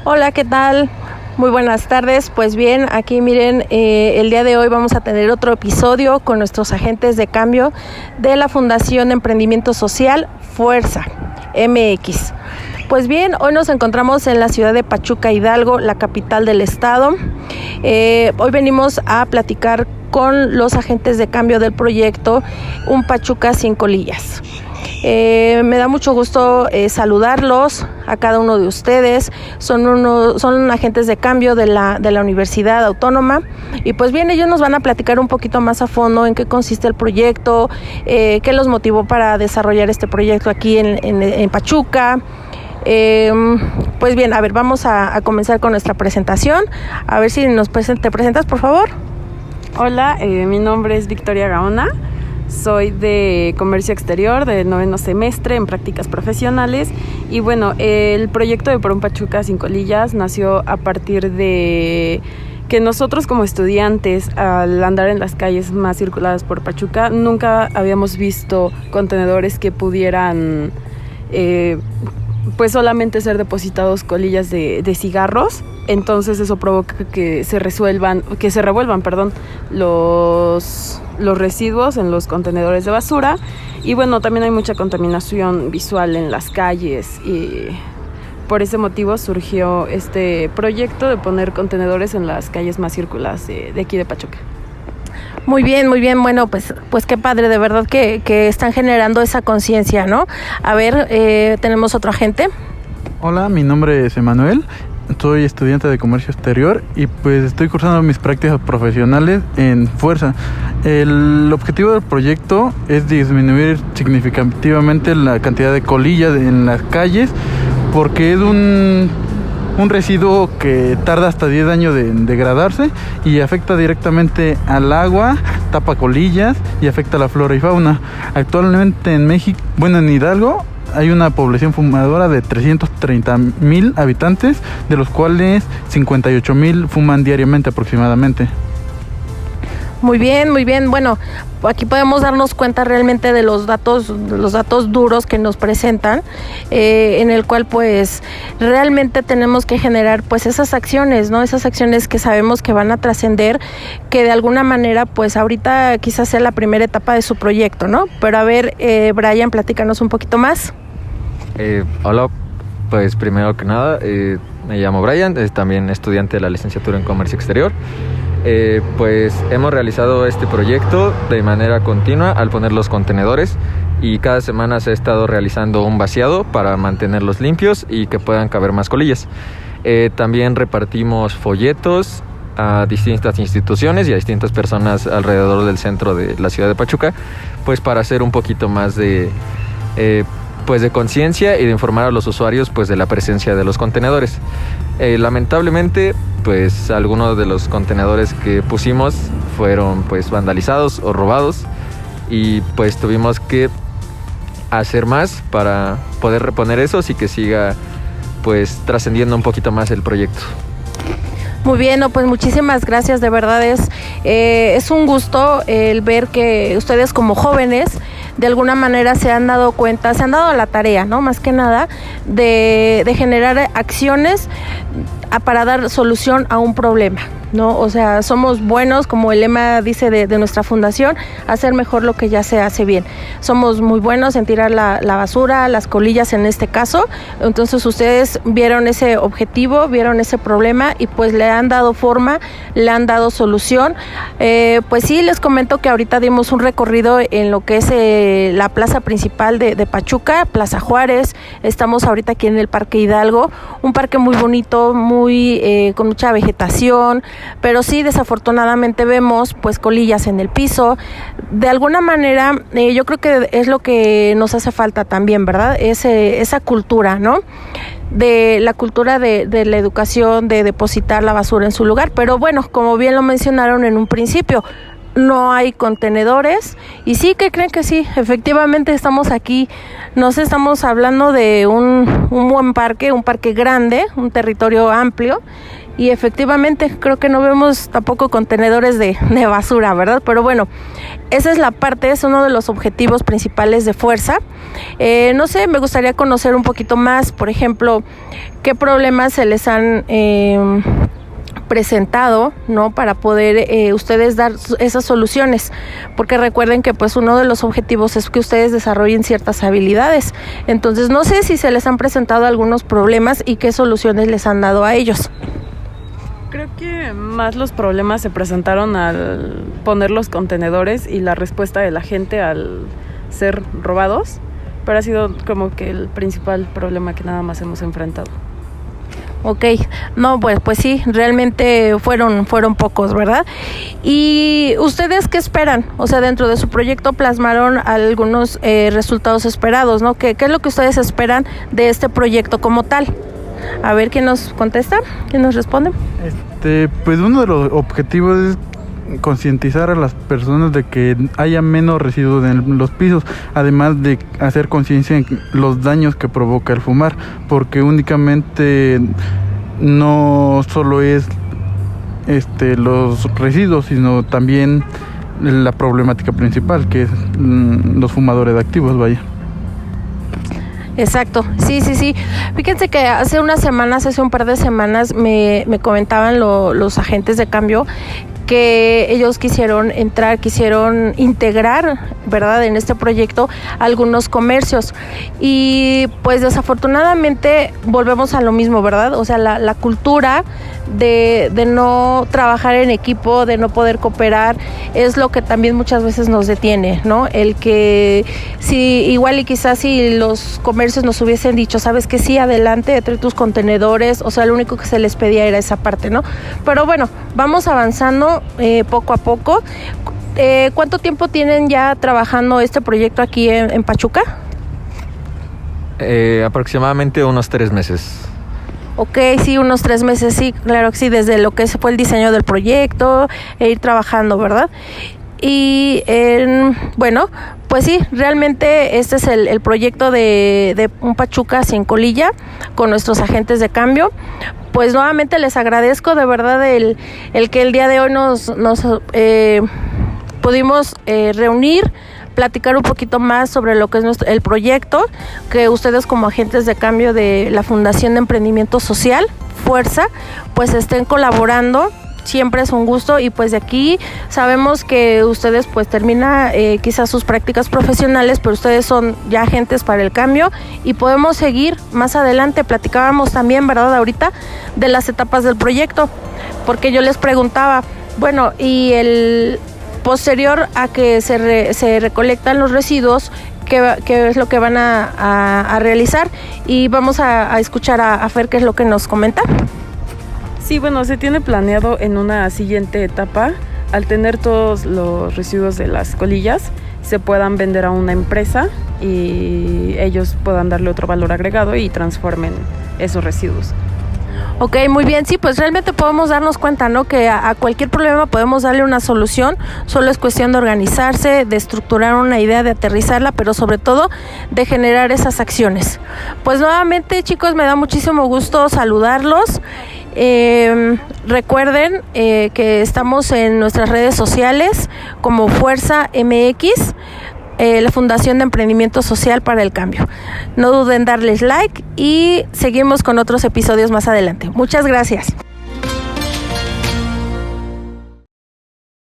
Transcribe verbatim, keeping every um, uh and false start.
Hola, ¿qué tal? Muy buenas tardes. Pues bien, aquí miren, eh, el día de hoy vamos a tener otro episodio con nuestros agentes de cambio de la Fundación de Emprendimiento Social Fuerza M X. Pues bien, hoy nos encontramos en la ciudad de Pachuca, Hidalgo, la capital del estado. Eh, hoy venimos a platicar con los agentes de cambio del proyecto Un Pachuca sin colillas. Eh, me da mucho gusto eh, saludarlos a cada uno de ustedes. Son uno, son agentes de cambio de la, de la Universidad Autónoma y pues bien, ellos nos van a platicar un poquito más a fondo en qué consiste el proyecto, eh, qué los motivó para desarrollar este proyecto aquí en, en, en Pachuca. Eh, pues bien, a ver, vamos a, a comenzar con nuestra presentación. A ver si nos present- te presentas, por favor. Hola, eh, mi nombre es Victoria Gaona. Soy de Comercio Exterior, del noveno semestre en prácticas profesionales. Y bueno, el proyecto de Por un Pachuca sin colillas nació a partir de que nosotros como estudiantes, al andar en las calles más circuladas por Pachuca, nunca habíamos visto contenedores que pudieran eh, pues solamente ser depositados colillas de, de cigarros. Entonces eso provoca que se resuelvan, que se revuelvan, perdón, los, los residuos en los contenedores de basura. Y bueno, también hay mucha contaminación visual en las calles y por ese motivo surgió este proyecto de poner contenedores en las calles más circuladas de, de aquí de Pachuca. Muy bien, muy bien. Bueno, pues pues qué padre, de verdad que, que están generando esa conciencia, ¿no? A ver, eh, tenemos otro agente. Hola, mi nombre es Emanuel. Soy estudiante de Comercio Exterior y pues estoy cursando mis prácticas profesionales en Fuerza. El objetivo del proyecto es disminuir significativamente la cantidad de colillas en las calles porque es un, un residuo que tarda hasta diez años de degradarse y afecta directamente al agua, tapa colillas y afecta a la flora y fauna. Actualmente en México, bueno, en Hidalgo, hay una población fumadora de trescientos treinta mil habitantes, de los cuales cincuenta y ocho mil fuman diariamente aproximadamente. Muy bien, muy bien. Bueno, aquí podemos darnos cuenta realmente de los datos, los datos duros que nos presentan, eh, en el cual pues realmente tenemos que generar pues esas acciones, ¿no? Esas acciones que sabemos que van a trascender, que de alguna manera pues ahorita quizás sea la primera etapa de su proyecto, ¿no? Pero a ver, eh, Brian, platícanos un poquito más. Eh, hola, pues primero que nada, eh, me llamo Brian, es también estudiante de la licenciatura en Comercio Exterior. Eh, pues hemos realizado este proyecto de manera continua al poner los contenedores y cada semana se ha estado realizando un vaciado para mantenerlos limpios y que puedan caber más colillas. Eh, también repartimos folletos a distintas instituciones y a distintas personas alrededor del centro de la ciudad de Pachuca, pues para hacer un poquito más de... Eh, pues de conciencia y de informar a los usuarios pues de la presencia de los contenedores. Eh, lamentablemente pues algunos de los contenedores que pusimos fueron pues vandalizados o robados y pues tuvimos que hacer más para poder reponer esos y que siga pues trascendiendo un poquito más el proyecto. Muy bien, no, pues muchísimas gracias, de verdad es, eh, es un gusto el ver que ustedes como jóvenes de alguna manera se han dado cuenta, se han dado la tarea, ¿no? Más que nada, de, de generar acciones a, para dar solución a un problema, ¿no? O sea, somos buenos, como el lema dice de, de nuestra fundación, hacer mejor lo que ya se hace bien. Somos muy buenos en tirar la, la basura, las colillas en este caso. Entonces ustedes vieron ese objetivo, vieron ese problema y pues le han dado forma, le han dado solución. Eh, pues sí, les comento que ahorita dimos un recorrido en lo que es eh, la plaza principal de, de Pachuca, Plaza Juárez. Estamos ahorita aquí en el Parque Hidalgo, un parque muy bonito, muy eh, con mucha vegetación, pero sí desafortunadamente vemos pues colillas en el piso. De alguna manera eh, yo creo que es lo que nos hace falta también, ¿verdad? Ese, esa cultura, ¿no? De la cultura de, de la educación, de depositar la basura en su lugar. Pero bueno, como bien lo mencionaron en un principio, no hay contenedores. Y sí, ¿qué creen? Que sí, efectivamente estamos aquí, nos estamos hablando de un, un buen parque, un parque grande, un territorio amplio, y efectivamente creo que no vemos tampoco contenedores de, de basura, ¿verdad? Pero bueno, esa es la parte, es uno de los objetivos principales de Fuerza. Eh, no sé, me gustaría conocer un poquito más, por ejemplo, qué problemas se les han eh, presentado, ¿no? Para poder eh, ustedes dar esas soluciones, porque recuerden que pues uno de los objetivos es que ustedes desarrollen ciertas habilidades. Entonces no sé si se les han presentado algunos problemas y qué soluciones les han dado a ellos. Creo que más los problemas se presentaron al poner los contenedores y la respuesta de la gente al ser robados, pero ha sido como que el principal problema que nada más hemos enfrentado. Ok, no, pues, pues sí, realmente fueron, fueron pocos, ¿verdad? ¿Y ustedes qué esperan? O sea, dentro de su proyecto plasmaron algunos eh, resultados esperados, ¿no? ¿Qué, ¿Qué es lo que ustedes esperan de este proyecto como tal? A ver, ¿quién nos contesta? ¿Quién nos responde? Este, pues uno de los objetivos es concientizar a las personas de que haya menos residuos en los pisos, además de hacer conciencia en los daños que provoca el fumar, porque únicamente no solo es este los residuos, sino también la problemática principal, que es mm, los fumadores activos, vaya. Exacto, sí, sí, sí. Fíjense que hace unas semanas, hace un par de semanas, me, me comentaban lo, los agentes de cambio que ellos quisieron entrar, quisieron integrar, ¿verdad?, en este proyecto algunos comercios. Y pues desafortunadamente volvemos a lo mismo, ¿verdad? O sea, la, la cultura de, de no trabajar en equipo, de no poder cooperar, es lo que también muchas veces nos detiene, ¿no? El que si igual y quizás si los comercios nos hubiesen dicho, sabes que sí, adelante, trae tus contenedores, o sea, lo único que se les pedía era esa parte, ¿no? Pero bueno, vamos avanzando Eh, poco a poco. Eh, ¿Cuánto tiempo tienen ya trabajando este proyecto aquí en, en Pachuca? Eh, aproximadamente unos tres meses. Ok, sí, unos tres meses, sí, claro que sí, desde lo que fue el diseño del proyecto e ir trabajando, ¿verdad? Y eh, bueno, pues sí, realmente este es el, el proyecto de, de un Pachuca sin colilla con nuestros agentes de cambio. Pues nuevamente les agradezco de verdad el, el que el día de hoy nos, nos eh, pudimos eh, reunir, platicar un poquito más sobre lo que es nuestro, el proyecto, que ustedes como agentes de cambio de la Fundación de Emprendimiento Social, Fuerza, pues estén colaborando. Siempre es un gusto y pues de aquí sabemos que ustedes pues terminan eh, quizás sus prácticas profesionales, pero ustedes son ya agentes para el cambio y podemos seguir más adelante. Platicábamos también, ¿verdad?, ahorita de las etapas del proyecto, porque yo les preguntaba, bueno, y el posterior a que se, re, se recolectan los residuos, ¿qué, qué es lo que van a, a, a realizar? Y vamos a, a escuchar a, a Fer qué es lo que nos comenta. Sí, bueno, se tiene planeado en una siguiente etapa, al tener todos los residuos de las colillas, se puedan vender a una empresa y ellos puedan darle otro valor agregado y transformen esos residuos. Ok, muy bien, sí, pues realmente podemos darnos cuenta, ¿no?, que a, a cualquier problema podemos darle una solución, solo es cuestión de organizarse, de estructurar una idea, de aterrizarla, pero sobre todo de generar esas acciones. Pues nuevamente, chicos, me da muchísimo gusto saludarlos. Eh, recuerden eh, que estamos en nuestras redes sociales como Fuerza M X, eh, la Fundación de Emprendimiento Social para el Cambio. No duden en darles like y seguimos con otros episodios más adelante. Muchas gracias.